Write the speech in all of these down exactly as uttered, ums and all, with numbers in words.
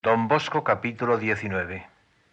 Don Bosco, capítulo diecinueve.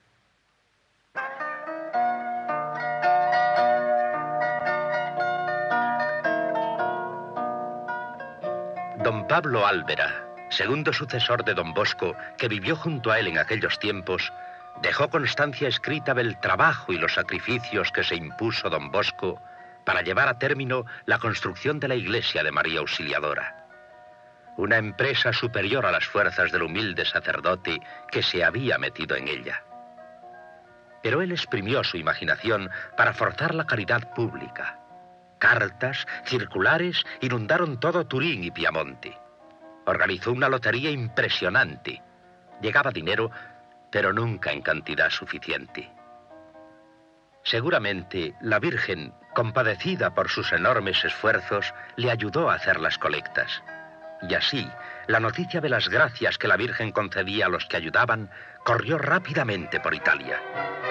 Don Pablo Álvera, segundo sucesor de don Bosco, que vivió junto a él en aquellos tiempos, dejó constancia escrita del trabajo y los sacrificios que se impuso don Bosco para llevar a término la construcción de la iglesia de María Auxiliadora. Una empresa superior a las fuerzas del humilde sacerdote que se había metido en ella. Pero él exprimió su imaginación para forzar la caridad pública. Cartas, circulares, inundaron todo Turín y Piamonte. Organizó una lotería impresionante. Llegaba dinero, pero nunca en cantidad suficiente. Seguramente la Virgen, compadecida por sus enormes esfuerzos, le ayudó a hacer las colectas. Y así, la noticia de las gracias que la Virgen concedía a los que ayudaban corrió rápidamente por Italia.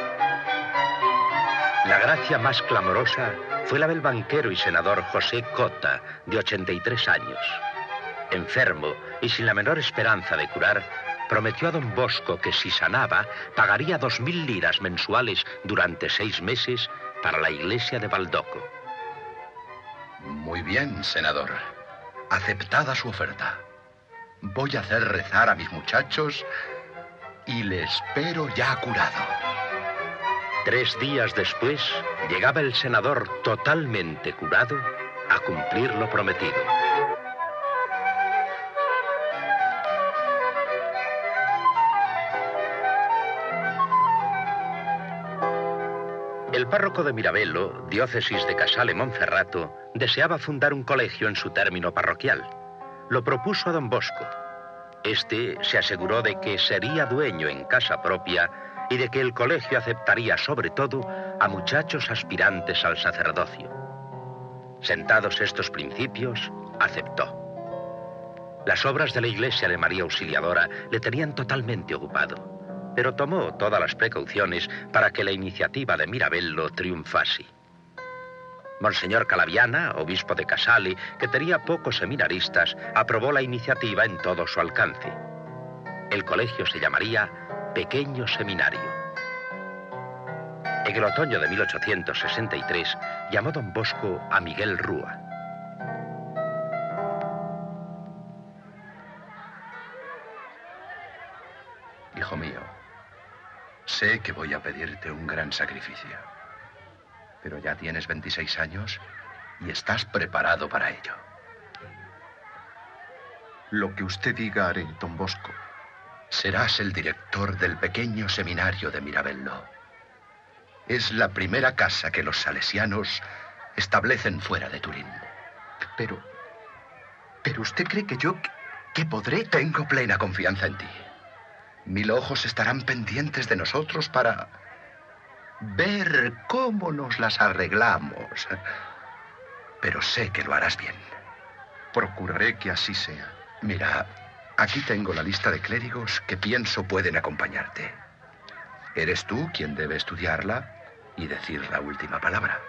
La gracia más clamorosa fue la del banquero y senador José Cota, de ochenta y tres años. Enfermo y sin la menor esperanza de curar, prometió a don Bosco que si sanaba, pagaría dos mil liras mensuales durante seis meses para la iglesia de Baldoco. Muy bien, senador. Aceptada su oferta. Voy a hacer rezar a mis muchachos y le espero ya curado. Tres días después, llegaba el senador totalmente curado a cumplir lo prometido. El párroco de Mirabello, diócesis de Casale Monferrato, deseaba fundar un colegio en su término parroquial. Lo propuso a don Bosco. Este se aseguró de que sería dueño en casa propia y de que el colegio aceptaría sobre todo a muchachos aspirantes al sacerdocio. Sentados estos principios, aceptó. Las obras de la iglesia de María Auxiliadora le tenían totalmente ocupado, pero tomó todas las precauciones para que la iniciativa de Mirabello triunfase. Monseñor Calaviana, obispo de Casale, que tenía pocos seminaristas, aprobó la iniciativa en todo su alcance. El colegio se llamaría Pequeño Seminario. En el otoño de mil ochocientos sesenta y tres, llamó don Bosco a Miguel Rúa. Hijo mío, sé que voy a pedirte un gran sacrificio, pero ya tienes veintiséis años y estás preparado para ello. Lo que usted diga haré, don Bosco. Serás el director del pequeño seminario de Mirabello. Es la primera casa que los salesianos establecen fuera de Turín. Pero... ¿Pero usted cree que yo... que podré? Tengo plena confianza en ti. Mil ojos estarán pendientes de nosotros para ver cómo nos las arreglamos. Pero sé que lo harás bien. Procuraré que así sea. Mira, aquí tengo la lista de clérigos que pienso pueden acompañarte. Eres tú quien debe estudiarla y decir la última palabra.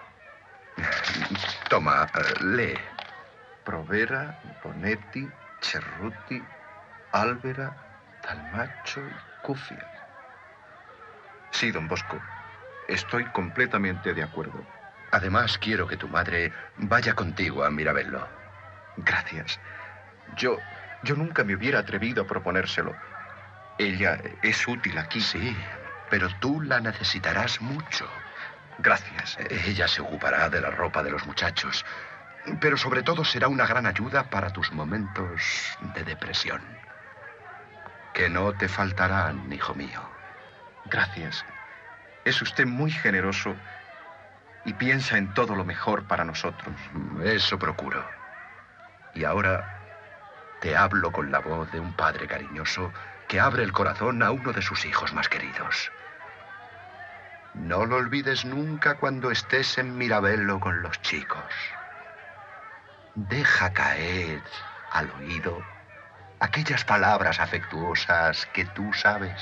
Toma, lee. Provera, Bonetti, Cerruti, Álvera, Dalmacho y Cufia. Sí, don Bosco. Estoy completamente de acuerdo. Además, quiero que tu madre vaya contigo a Mirabello. Gracias. Yo, yo nunca me hubiera atrevido a proponérselo. Ella es útil aquí. Sí, pero tú la necesitarás mucho. Gracias. Ella se ocupará de la ropa de los muchachos, pero sobre todo será una gran ayuda para tus momentos de depresión. Que no te faltarán, hijo mío. Gracias. Es usted muy generoso y piensa en todo lo mejor para nosotros. Eso procuro. Y ahora te hablo con la voz de un padre cariñoso que abre el corazón a uno de sus hijos más queridos. No lo olvides nunca cuando estés en Mirabello con los chicos. Deja caer al oído aquellas palabras afectuosas que tú sabes.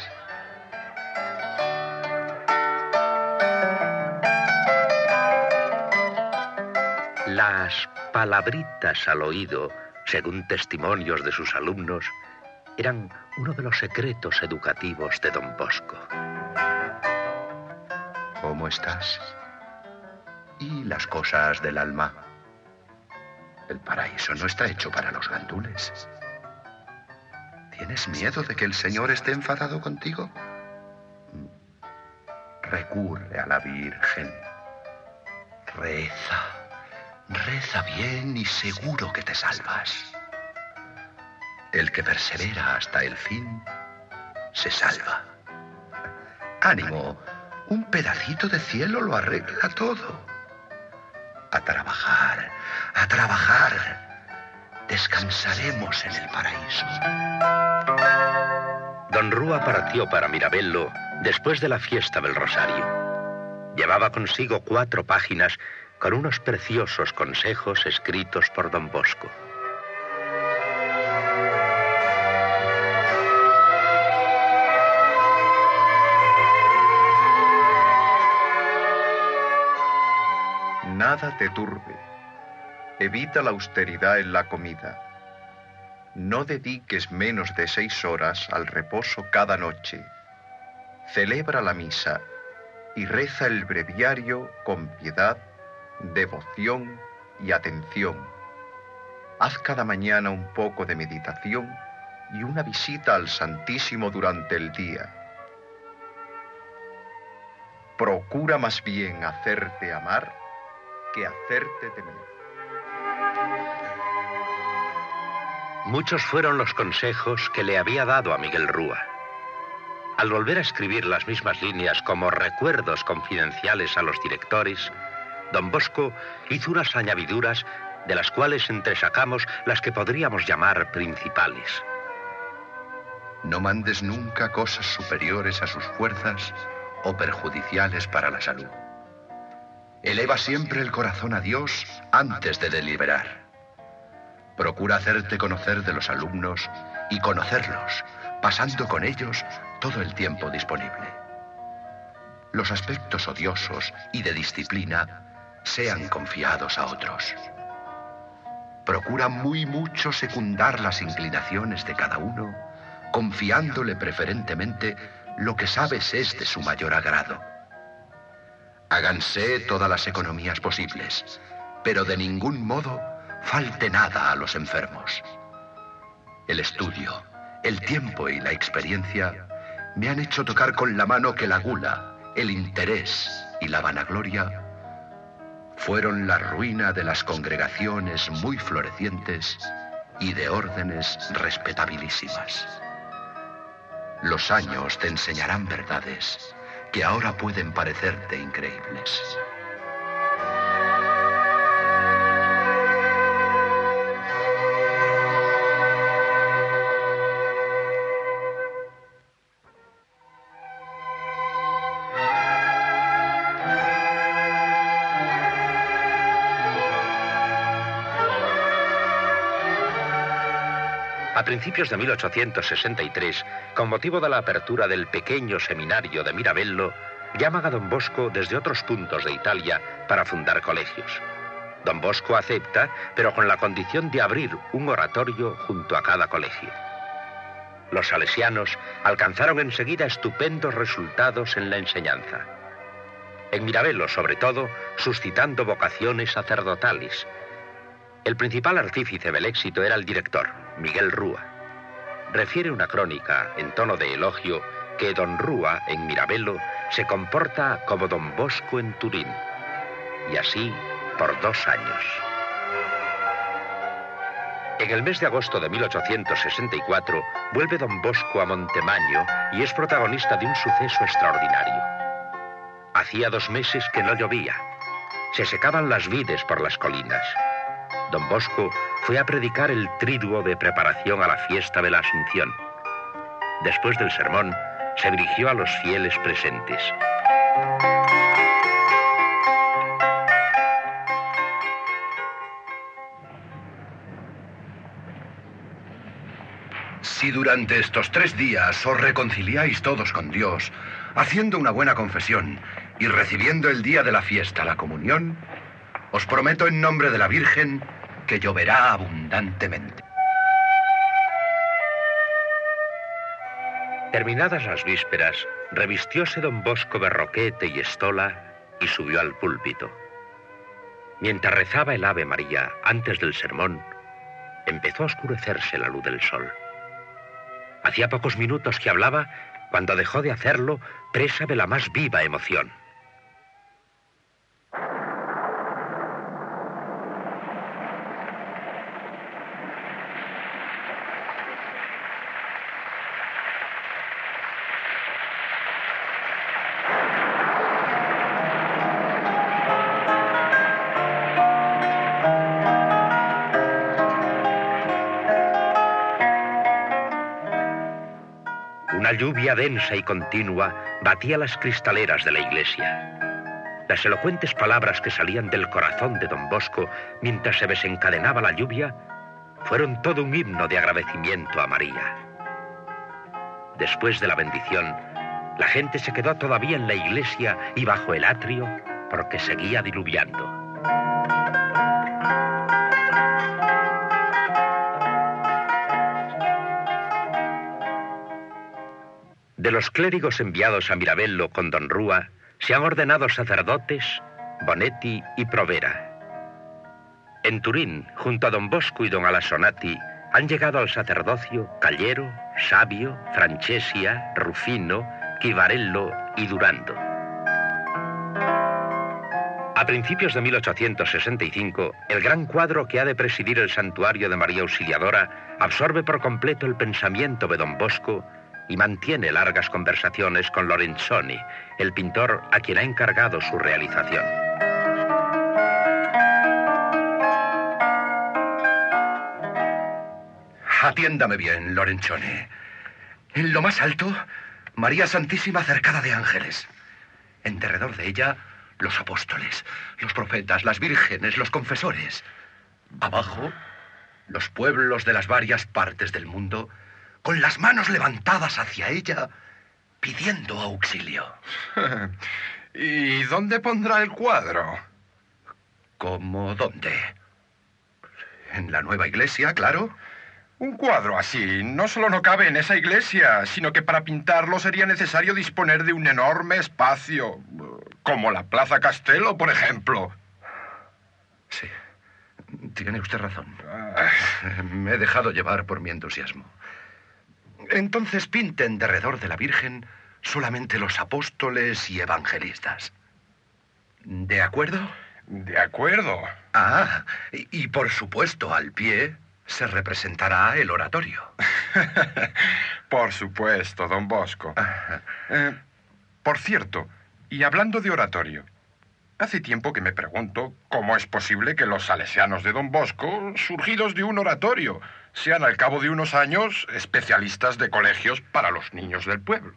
Las palabritas al oído, según testimonios de sus alumnos, eran uno de los secretos educativos de don Bosco. ¿Cómo estás? ¿Y las cosas del alma? El paraíso no está hecho para los gandules. ¿Tienes miedo de que el Señor esté enfadado contigo? Recurre a la Virgen. Reza. Reza bien y seguro que te salvas. El que persevera hasta el fin se salva. Ánimo, un pedacito de cielo lo arregla todo. A trabajar, a trabajar. Descansaremos en el paraíso. Don Rúa partió para Mirabello después de la fiesta del Rosario. Llevaba consigo cuatro páginas con unos preciosos consejos escritos por don Bosco. Nada te turbe. Evita la austeridad en la comida. No dediques menos de seis horas al reposo cada noche. Celebra la misa y reza el breviario con piedad, devoción y atención. Haz cada mañana un poco de meditación y una visita al Santísimo durante el día. Procura más bien hacerte amar que hacerte temer. Muchos fueron los consejos que le había dado a Miguel Rúa. Al volver a escribir las mismas líneas como recuerdos confidenciales a los directores, don Bosco hizo unas añadiduras de las cuales entresacamos las que podríamos llamar principales. No mandes nunca cosas superiores a sus fuerzas o perjudiciales para la salud. Eleva siempre el corazón a Dios antes de deliberar. Procura hacerte conocer de los alumnos y conocerlos, pasando con ellos todo el tiempo disponible. Los aspectos odiosos y de disciplina sean confiados a otros. Procura muy mucho secundar las inclinaciones de cada uno, confiándole preferentemente lo que sabes es de su mayor agrado. Háganse todas las economías posibles, pero de ningún modo falte nada a los enfermos. El estudio, el tiempo y la experiencia me han hecho tocar con la mano que la gula, el interés y la vanagloria fueron la ruina de las congregaciones muy florecientes y de órdenes respetabilísimas. Los años te enseñarán verdades que ahora pueden parecerte increíbles. A principios de mil ochocientos sesenta y tres, con motivo de la apertura del pequeño seminario de Mirabello, llaman a don Bosco desde otros puntos de Italia para fundar colegios. Don Bosco acepta, pero con la condición de abrir un oratorio junto a cada colegio. Los salesianos alcanzaron enseguida estupendos resultados en la enseñanza. En Mirabello, sobre todo, suscitando vocaciones sacerdotales. El principal artífice del éxito era el director, Miguel Rúa. Refiere una crónica, en tono de elogio, que don Rúa, en Mirabello, se comporta como don Bosco en Turín. Y así, por dos años. En el mes de agosto de mil ochocientos sesenta y cuatro, vuelve don Bosco a Montemaño y es protagonista de un suceso extraordinario. Hacía dos meses que no llovía. Se secaban las vides por las colinas. Don Bosco fue a predicar el triduo de preparación a la fiesta de la Asunción. Después del sermón, se dirigió a los fieles presentes. Si durante estos tres días os reconciliáis todos con Dios, haciendo una buena confesión y recibiendo el día de la fiesta la comunión, os prometo en nombre de la Virgen que lloverá abundantemente. Terminadas las vísperas, revistióse don Bosco de roquete y estola y subió al púlpito. Mientras rezaba el Ave María antes del sermón, empezó a oscurecerse la luz del sol. Hacía pocos minutos que hablaba cuando dejó de hacerlo, presa de la más viva emoción. Una lluvia densa y continua batía las cristaleras de la iglesia. Las elocuentes palabras que salían del corazón de don Bosco mientras se desencadenaba la lluvia fueron todo un himno de agradecimiento a María. Después de la bendición, la gente se quedó todavía en la iglesia y bajo el atrio porque seguía diluviando. De los clérigos enviados a Mirabello con don Rúa, se han ordenado sacerdotes Bonetti y Provera. En Turín, junto a don Bosco y don Alasonati, han llegado al sacerdocio Callero, Sabio, Francesia, Rufino, Chivarello y Durando. A principios de mil ochocientos sesenta y cinco, el gran cuadro que ha de presidir el santuario de María Auxiliadora absorbe por completo el pensamiento de don Bosco y mantiene largas conversaciones con Lorenzoni, el pintor a quien ha encargado su realización. Atiéndame bien, Lorenzoni. En lo más alto, María Santísima cercada de ángeles. En derredor de ella, los apóstoles, los profetas, las vírgenes, los confesores. Abajo, los pueblos de las varias partes del mundo, con las manos levantadas hacia ella, pidiendo auxilio. ¿Y dónde pondrá el cuadro? ¿Cómo dónde? En la nueva iglesia, claro. Un cuadro así no solo no cabe en esa iglesia, sino que para pintarlo sería necesario disponer de un enorme espacio, como la Plaza Castello, por ejemplo. Sí, tiene usted razón. Me he dejado llevar por mi entusiasmo. Entonces pinten derredor de la Virgen solamente los apóstoles y evangelistas. ¿De acuerdo? De acuerdo. Ah, y, y por supuesto al pie se representará el oratorio. Por supuesto, don Bosco. Eh, por cierto, y hablando de oratorio, hace tiempo que me pregunto cómo es posible que los salesianos de don Bosco, surgidos de un oratorio, sean al cabo de unos años especialistas de colegios para los niños del pueblo.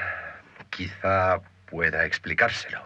Quizá pueda explicárselo.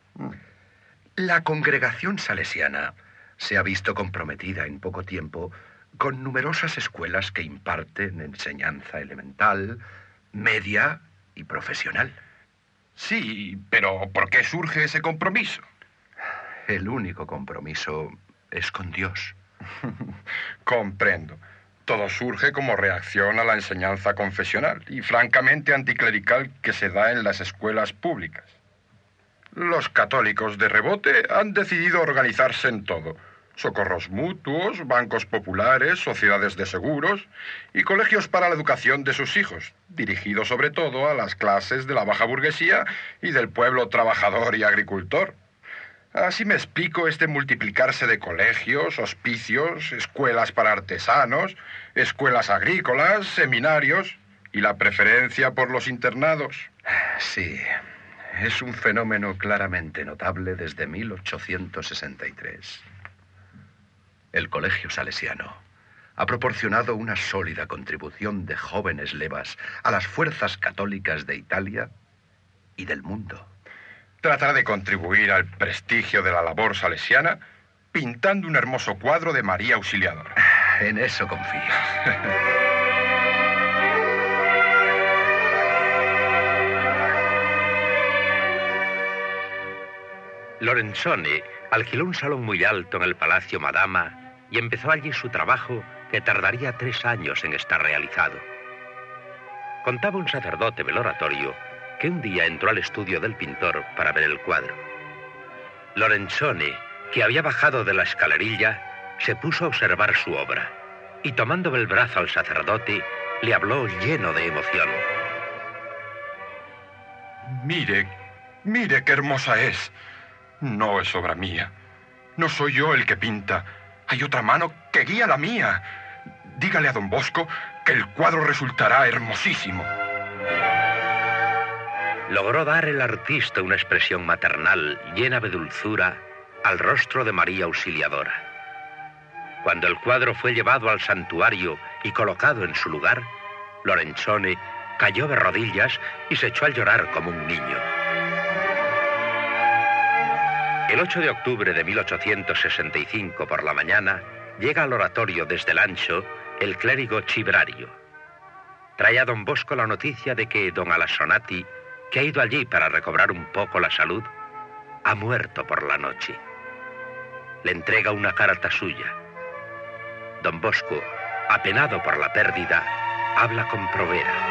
La congregación salesiana se ha visto comprometida en poco tiempo con numerosas escuelas que imparten enseñanza elemental, media y profesional. Sí, pero ¿por qué surge ese compromiso? El único compromiso es con Dios. Comprendo. Todo surge como reacción a la enseñanza confesional y francamente anticlerical que se da en las escuelas públicas. Los católicos de rebote han decidido organizarse en todo. Socorros mutuos, bancos populares, sociedades de seguros y colegios para la educación de sus hijos, dirigidos sobre todo a las clases de la baja burguesía y del pueblo trabajador y agricultor. Así me explico este multiplicarse de colegios, hospicios, escuelas para artesanos, escuelas agrícolas, seminarios y la preferencia por los internados. Sí, es un fenómeno claramente notable desde mil ochocientos sesenta y tres. El Colegio Salesiano ha proporcionado una sólida contribución de jóvenes levas a las fuerzas católicas de Italia y del mundo. Tratará de contribuir al prestigio de la labor salesiana pintando un hermoso cuadro de María Auxiliadora. En eso confío. Lorenzoni alquiló un salón muy alto en el Palacio Madama y empezó allí su trabajo que tardaría tres años en estar realizado. Contaba un sacerdote del oratorio que un día entró al estudio del pintor para ver el cuadro. Lorenzone, que había bajado de la escalerilla, se puso a observar su obra y tomando el brazo al sacerdote, le habló lleno de emoción. Mire, mire qué hermosa es. No es obra mía. No soy yo el que pinta. Hay otra mano que guía la mía. Dígale a don Bosco que el cuadro resultará hermosísimo. Logró dar el artista una expresión maternal llena de dulzura al rostro de María Auxiliadora. Cuando el cuadro fue llevado al santuario y colocado en su lugar, Lorenzone cayó de rodillas y se echó a llorar como un niño. El ocho de octubre de mil ochocientos sesenta y cinco por la mañana llega al oratorio desde Lancho el clérigo Chibrario. Trae a don Bosco la noticia de que don Alassonati, que ha ido allí para recobrar un poco la salud, ha muerto por la noche. Le entrega una carta suya. Don Bosco, apenado por la pérdida, habla con Provera.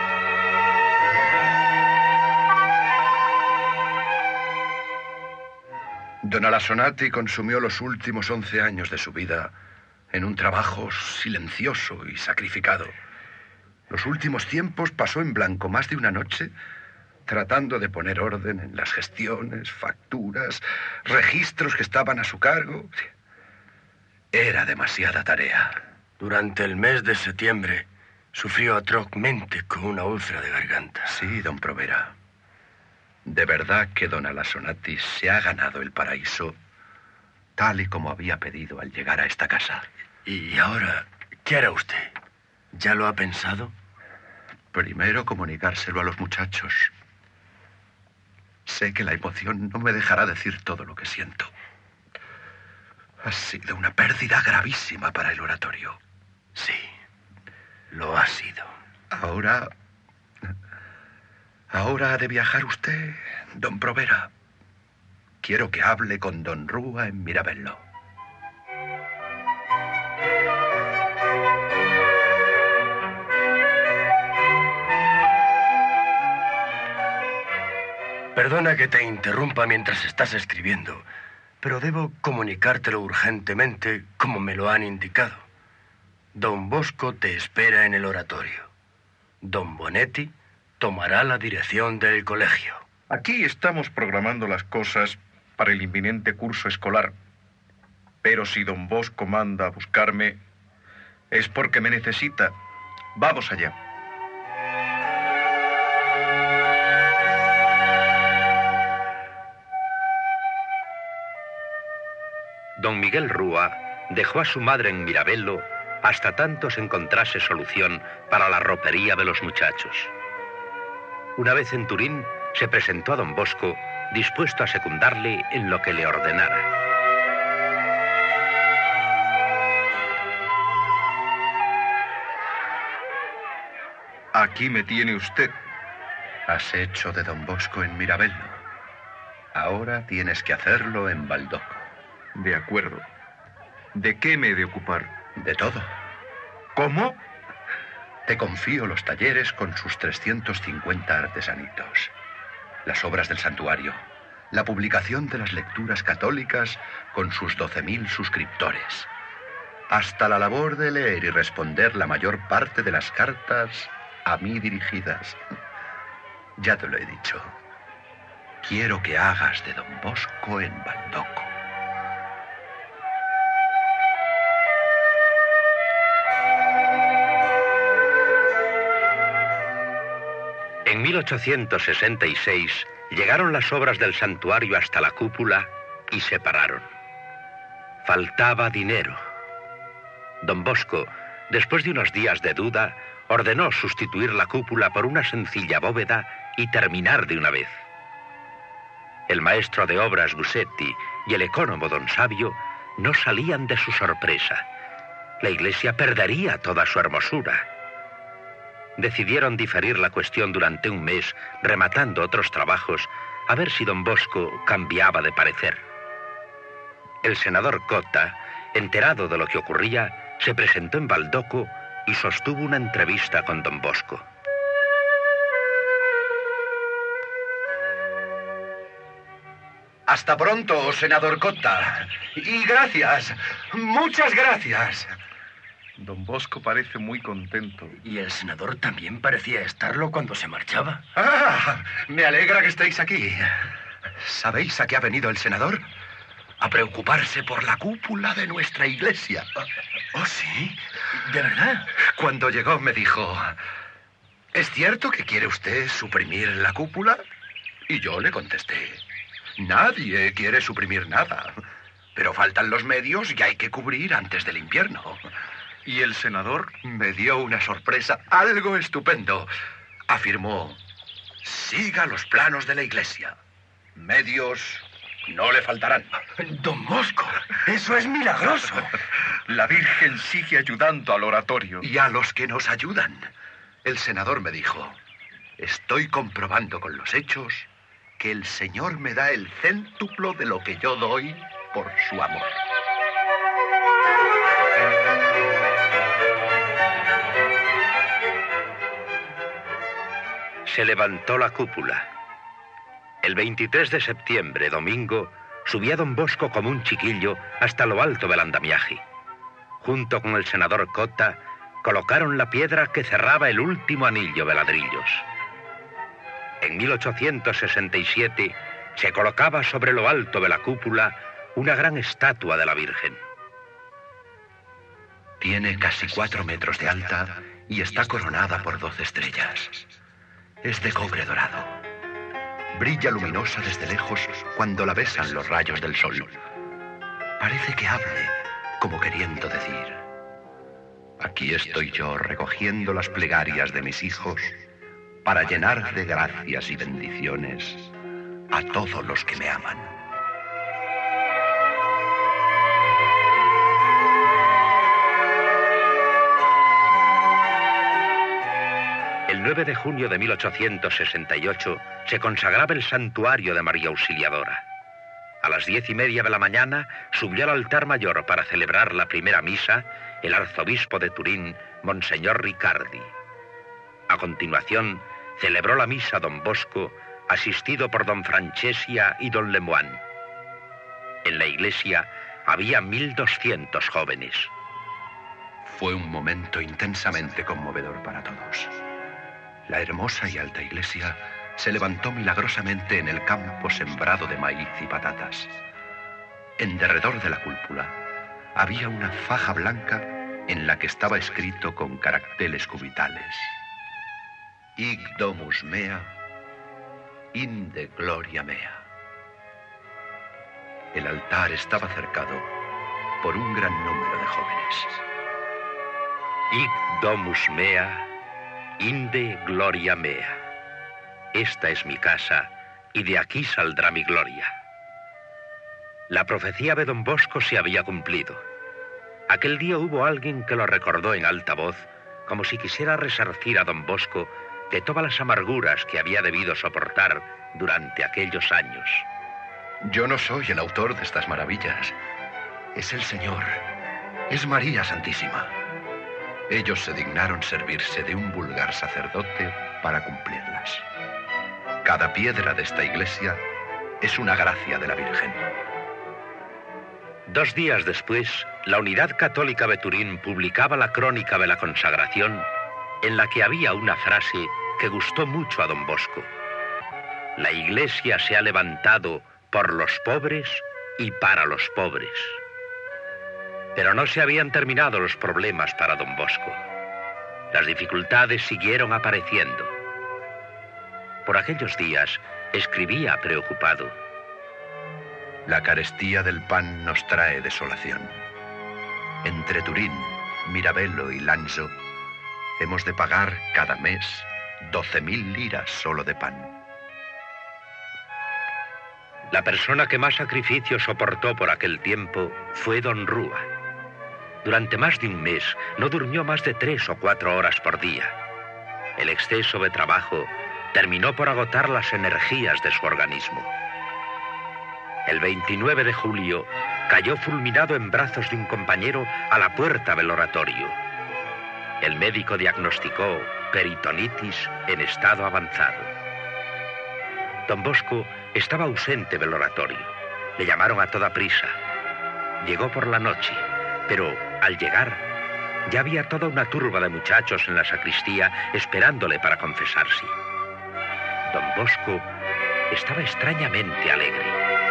Don Alassonati consumió los últimos once años de su vida en un trabajo silencioso y sacrificado. Los últimos tiempos pasó en blanco más de una noche tratando de poner orden en las gestiones, facturas, registros que estaban a su cargo. Era demasiada tarea. Durante el mes de septiembre sufrió atrozmente con una úlcera de garganta. Sí, don Provera. De verdad que don Alassonati se ha ganado el paraíso tal y como había pedido al llegar a esta casa. ¿Y ahora qué hará usted? ¿Ya lo ha pensado? Primero comunicárselo a los muchachos. Sé que la emoción no me dejará decir todo lo que siento. Ha sido una pérdida gravísima para el oratorio. Sí, lo ha sido. Ahora... Ahora ha de viajar usted, don Provera. Quiero que hable con don Rúa en Mirabello. Perdona que te interrumpa mientras estás escribiendo, pero debo comunicártelo urgentemente como me lo han indicado. Don Bosco te espera en el oratorio. Don Bonetti tomará la dirección del colegio. Aquí estamos programando las cosas para el inminente curso escolar. Pero si don Bosco manda a buscarme, es porque me necesita. Vamos allá. Don Miguel Rúa dejó a su madre en Mirabello hasta tanto se encontrase solución para la ropería de los muchachos. Una vez en Turín, se presentó a don Bosco, dispuesto a secundarle en lo que le ordenara. Aquí me tiene usted. Has hecho de don Bosco en Mirabello. Ahora tienes que hacerlo en Baldoco. De acuerdo. ¿De qué me he de ocupar? De todo. ¿Cómo? Te confío los talleres con sus trescientos cincuenta artesanitos, las obras del santuario, la publicación de las lecturas católicas con sus doce mil suscriptores, hasta la labor de leer y responder la mayor parte de las cartas a mí dirigidas. Ya te lo he dicho. Quiero que hagas de don Bosco en Baldoco. En mil ochocientos sesenta y seis llegaron las obras del santuario hasta la cúpula y se pararon. Faltaba dinero. Don Bosco, después de unos días de duda, ordenó sustituir la cúpula por una sencilla bóveda y terminar de una vez. El maestro de obras Gusetti y el ecónomo don Sabio no salían de su sorpresa. La iglesia perdería toda su hermosura. Decidieron diferir la cuestión durante un mes, rematando otros trabajos, a ver si don Bosco cambiaba de parecer. El senador Cotta, enterado de lo que ocurría, se presentó en Baldoco y sostuvo una entrevista con don Bosco. Hasta pronto, senador Cotta. Y gracias, muchas gracias. Don Bosco parece muy contento. Y el senador también parecía estarlo cuando se marchaba. Ah, me alegra que estéis aquí. ¿Sabéis a qué ha venido el senador? A preocuparse por la cúpula de nuestra iglesia. ¿Oh, sí? ¿De verdad? Cuando llegó me dijo, ¿es cierto que quiere usted suprimir la cúpula? Y yo le contesté, nadie quiere suprimir nada, pero faltan los medios y hay que cubrir antes del invierno. ¿Y el senador? Me dio una sorpresa, algo estupendo. Afirmó, siga los planos de la iglesia. Medios no le faltarán. Don Bosco, eso es milagroso. La Virgen sigue ayudando al oratorio. Y a los que nos ayudan. El senador me dijo, estoy comprobando con los hechos que el Señor me da el céntuplo de lo que yo doy por su amor. Se levantó la cúpula. El veintitrés de septiembre, domingo, subía don Bosco como un chiquillo hasta lo alto del andamiaje. Junto con el senador Cotta, colocaron la piedra que cerraba el último anillo de ladrillos. En mil ochocientos sesenta y siete se colocaba sobre lo alto de la cúpula una gran estatua de la Virgen. Tiene casi cuatro metros de alta y está coronada por doce estrellas. Es de cobre dorado. Brilla luminosa desde lejos cuando la besan los rayos del sol. Parece que hable, como queriendo decir, aquí estoy yo recogiendo las plegarias de mis hijos para llenar de gracias y bendiciones a todos los que me aman. El nueve de junio de mil ochocientos sesenta y ocho se consagraba el santuario de María Auxiliadora. A las diez y media de la mañana subió al altar mayor para celebrar la primera misa el arzobispo de Turín, Monseñor Riccardi. A continuación, celebró la misa don Bosco, asistido por don Francesia y don Lemoine. En la iglesia había mil doscientos jóvenes. Fue un momento intensamente conmovedor para todos. La hermosa y alta iglesia se levantó milagrosamente en el campo sembrado de maíz y patatas. En derredor de la cúpula había una faja blanca en la que estaba escrito con caracteres cubitales: Hic domus mea, inde gloria mea. El altar estaba cercado por un gran número de jóvenes. Hic domus mea, inde gloria mea. Esta es mi casa, y de aquí saldrá mi gloria. La profecía de don Bosco se había cumplido. Aquel día hubo alguien que lo recordó en alta voz, como si quisiera resarcir a don Bosco de todas las amarguras que había debido soportar durante aquellos años. Yo no soy el autor de estas maravillas. Es el Señor. Es María Santísima. Ellos se dignaron servirse de un vulgar sacerdote para cumplirlas. Cada piedra de esta iglesia es una gracia de la Virgen. Dos días después, la Unidad Católica de Turín publicaba la crónica de la consagración, en la que había una frase que gustó mucho a don Bosco. La iglesia se ha levantado por los pobres y para los pobres. Pero no se habían terminado los problemas para don Bosco. Las dificultades siguieron apareciendo. Por aquellos días escribía preocupado: La carestía del pan nos trae desolación. Entre Turín, Mirabello y Lanzo hemos de pagar cada mes doce mil liras solo de pan. La persona que más sacrificio soportó por aquel tiempo fue don Rúa. Durante más de un mes no durmió más de tres o cuatro horas por día. El exceso de trabajo terminó por agotar las energías de su organismo. El veintinueve de julio cayó fulminado en brazos de un compañero a la puerta del oratorio. El médico diagnosticó peritonitis en estado avanzado. Don Bosco estaba ausente del oratorio. Le llamaron a toda prisa. Llegó por la noche, pero al llegar ya había toda una turba de muchachos en la sacristía esperándole para confesarse. Don Bosco estaba extrañamente alegre.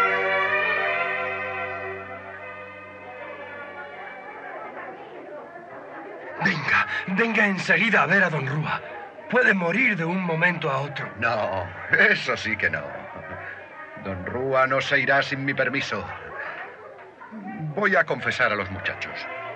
Venga, venga enseguida a ver a don Rúa. Puede morir de un momento a otro. No, eso sí que no. Don Rúa no se irá sin mi permiso. Voy a confesar a los muchachos.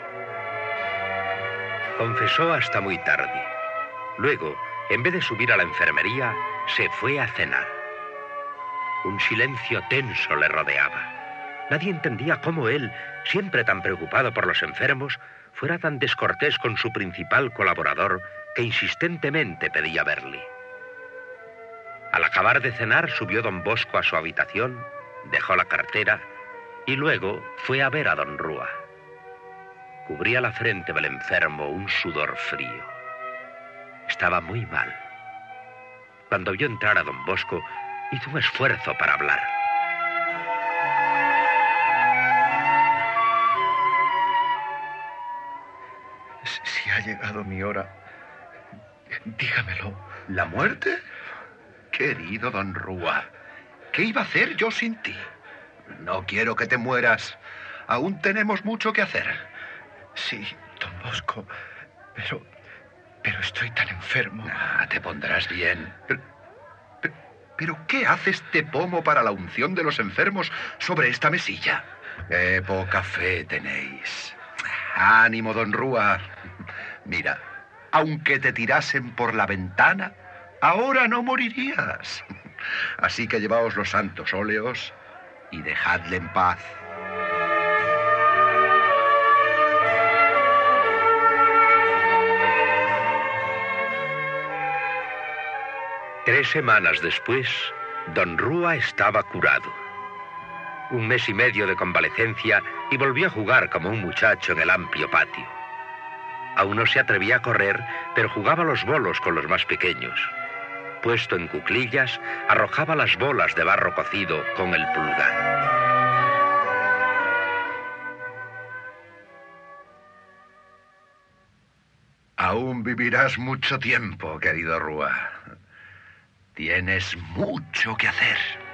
Confesó hasta muy tarde. Luego, en vez de subir a la enfermería, se fue a cenar. Un silencio tenso le rodeaba. Nadie entendía cómo él, siempre tan preocupado por los enfermos, fuera tan descortés con su principal colaborador que insistentemente pedía verle. Al acabar de cenar, subió don Bosco a su habitación, dejó la cartera y luego fue a ver a don Rúa. Cubría la frente del enfermo un sudor frío. Estaba muy mal. Cuando vio entrar a don Bosco, hizo un esfuerzo para hablar. Si ha llegado mi hora, dígamelo. ¿La muerte? Querido don Rúa, ¿qué iba a hacer yo sin ti? No quiero que te mueras. Aún tenemos mucho que hacer. Sí, don Bosco, pero... pero estoy tan enfermo. Ah, te pondrás bien. Pero, pero, pero ¿qué hace este pomo para la unción de los enfermos sobre esta mesilla? Qué poca fe tenéis. Ánimo, don Rúa. Mira, aunque te tirasen por la ventana, ahora no morirías. Así que llevaos los santos óleos y dejadle en paz. Tres semanas después, don Rúa estaba curado. Un mes y medio de convalecencia y volvió a jugar como un muchacho en el amplio patio. Aún no se atrevía a correr, pero jugaba los bolos con los más pequeños. Puesto en cuclillas, arrojaba las bolas de barro cocido con el pulgar. Aún vivirás mucho tiempo, querido Rúa. Tienes mucho que hacer.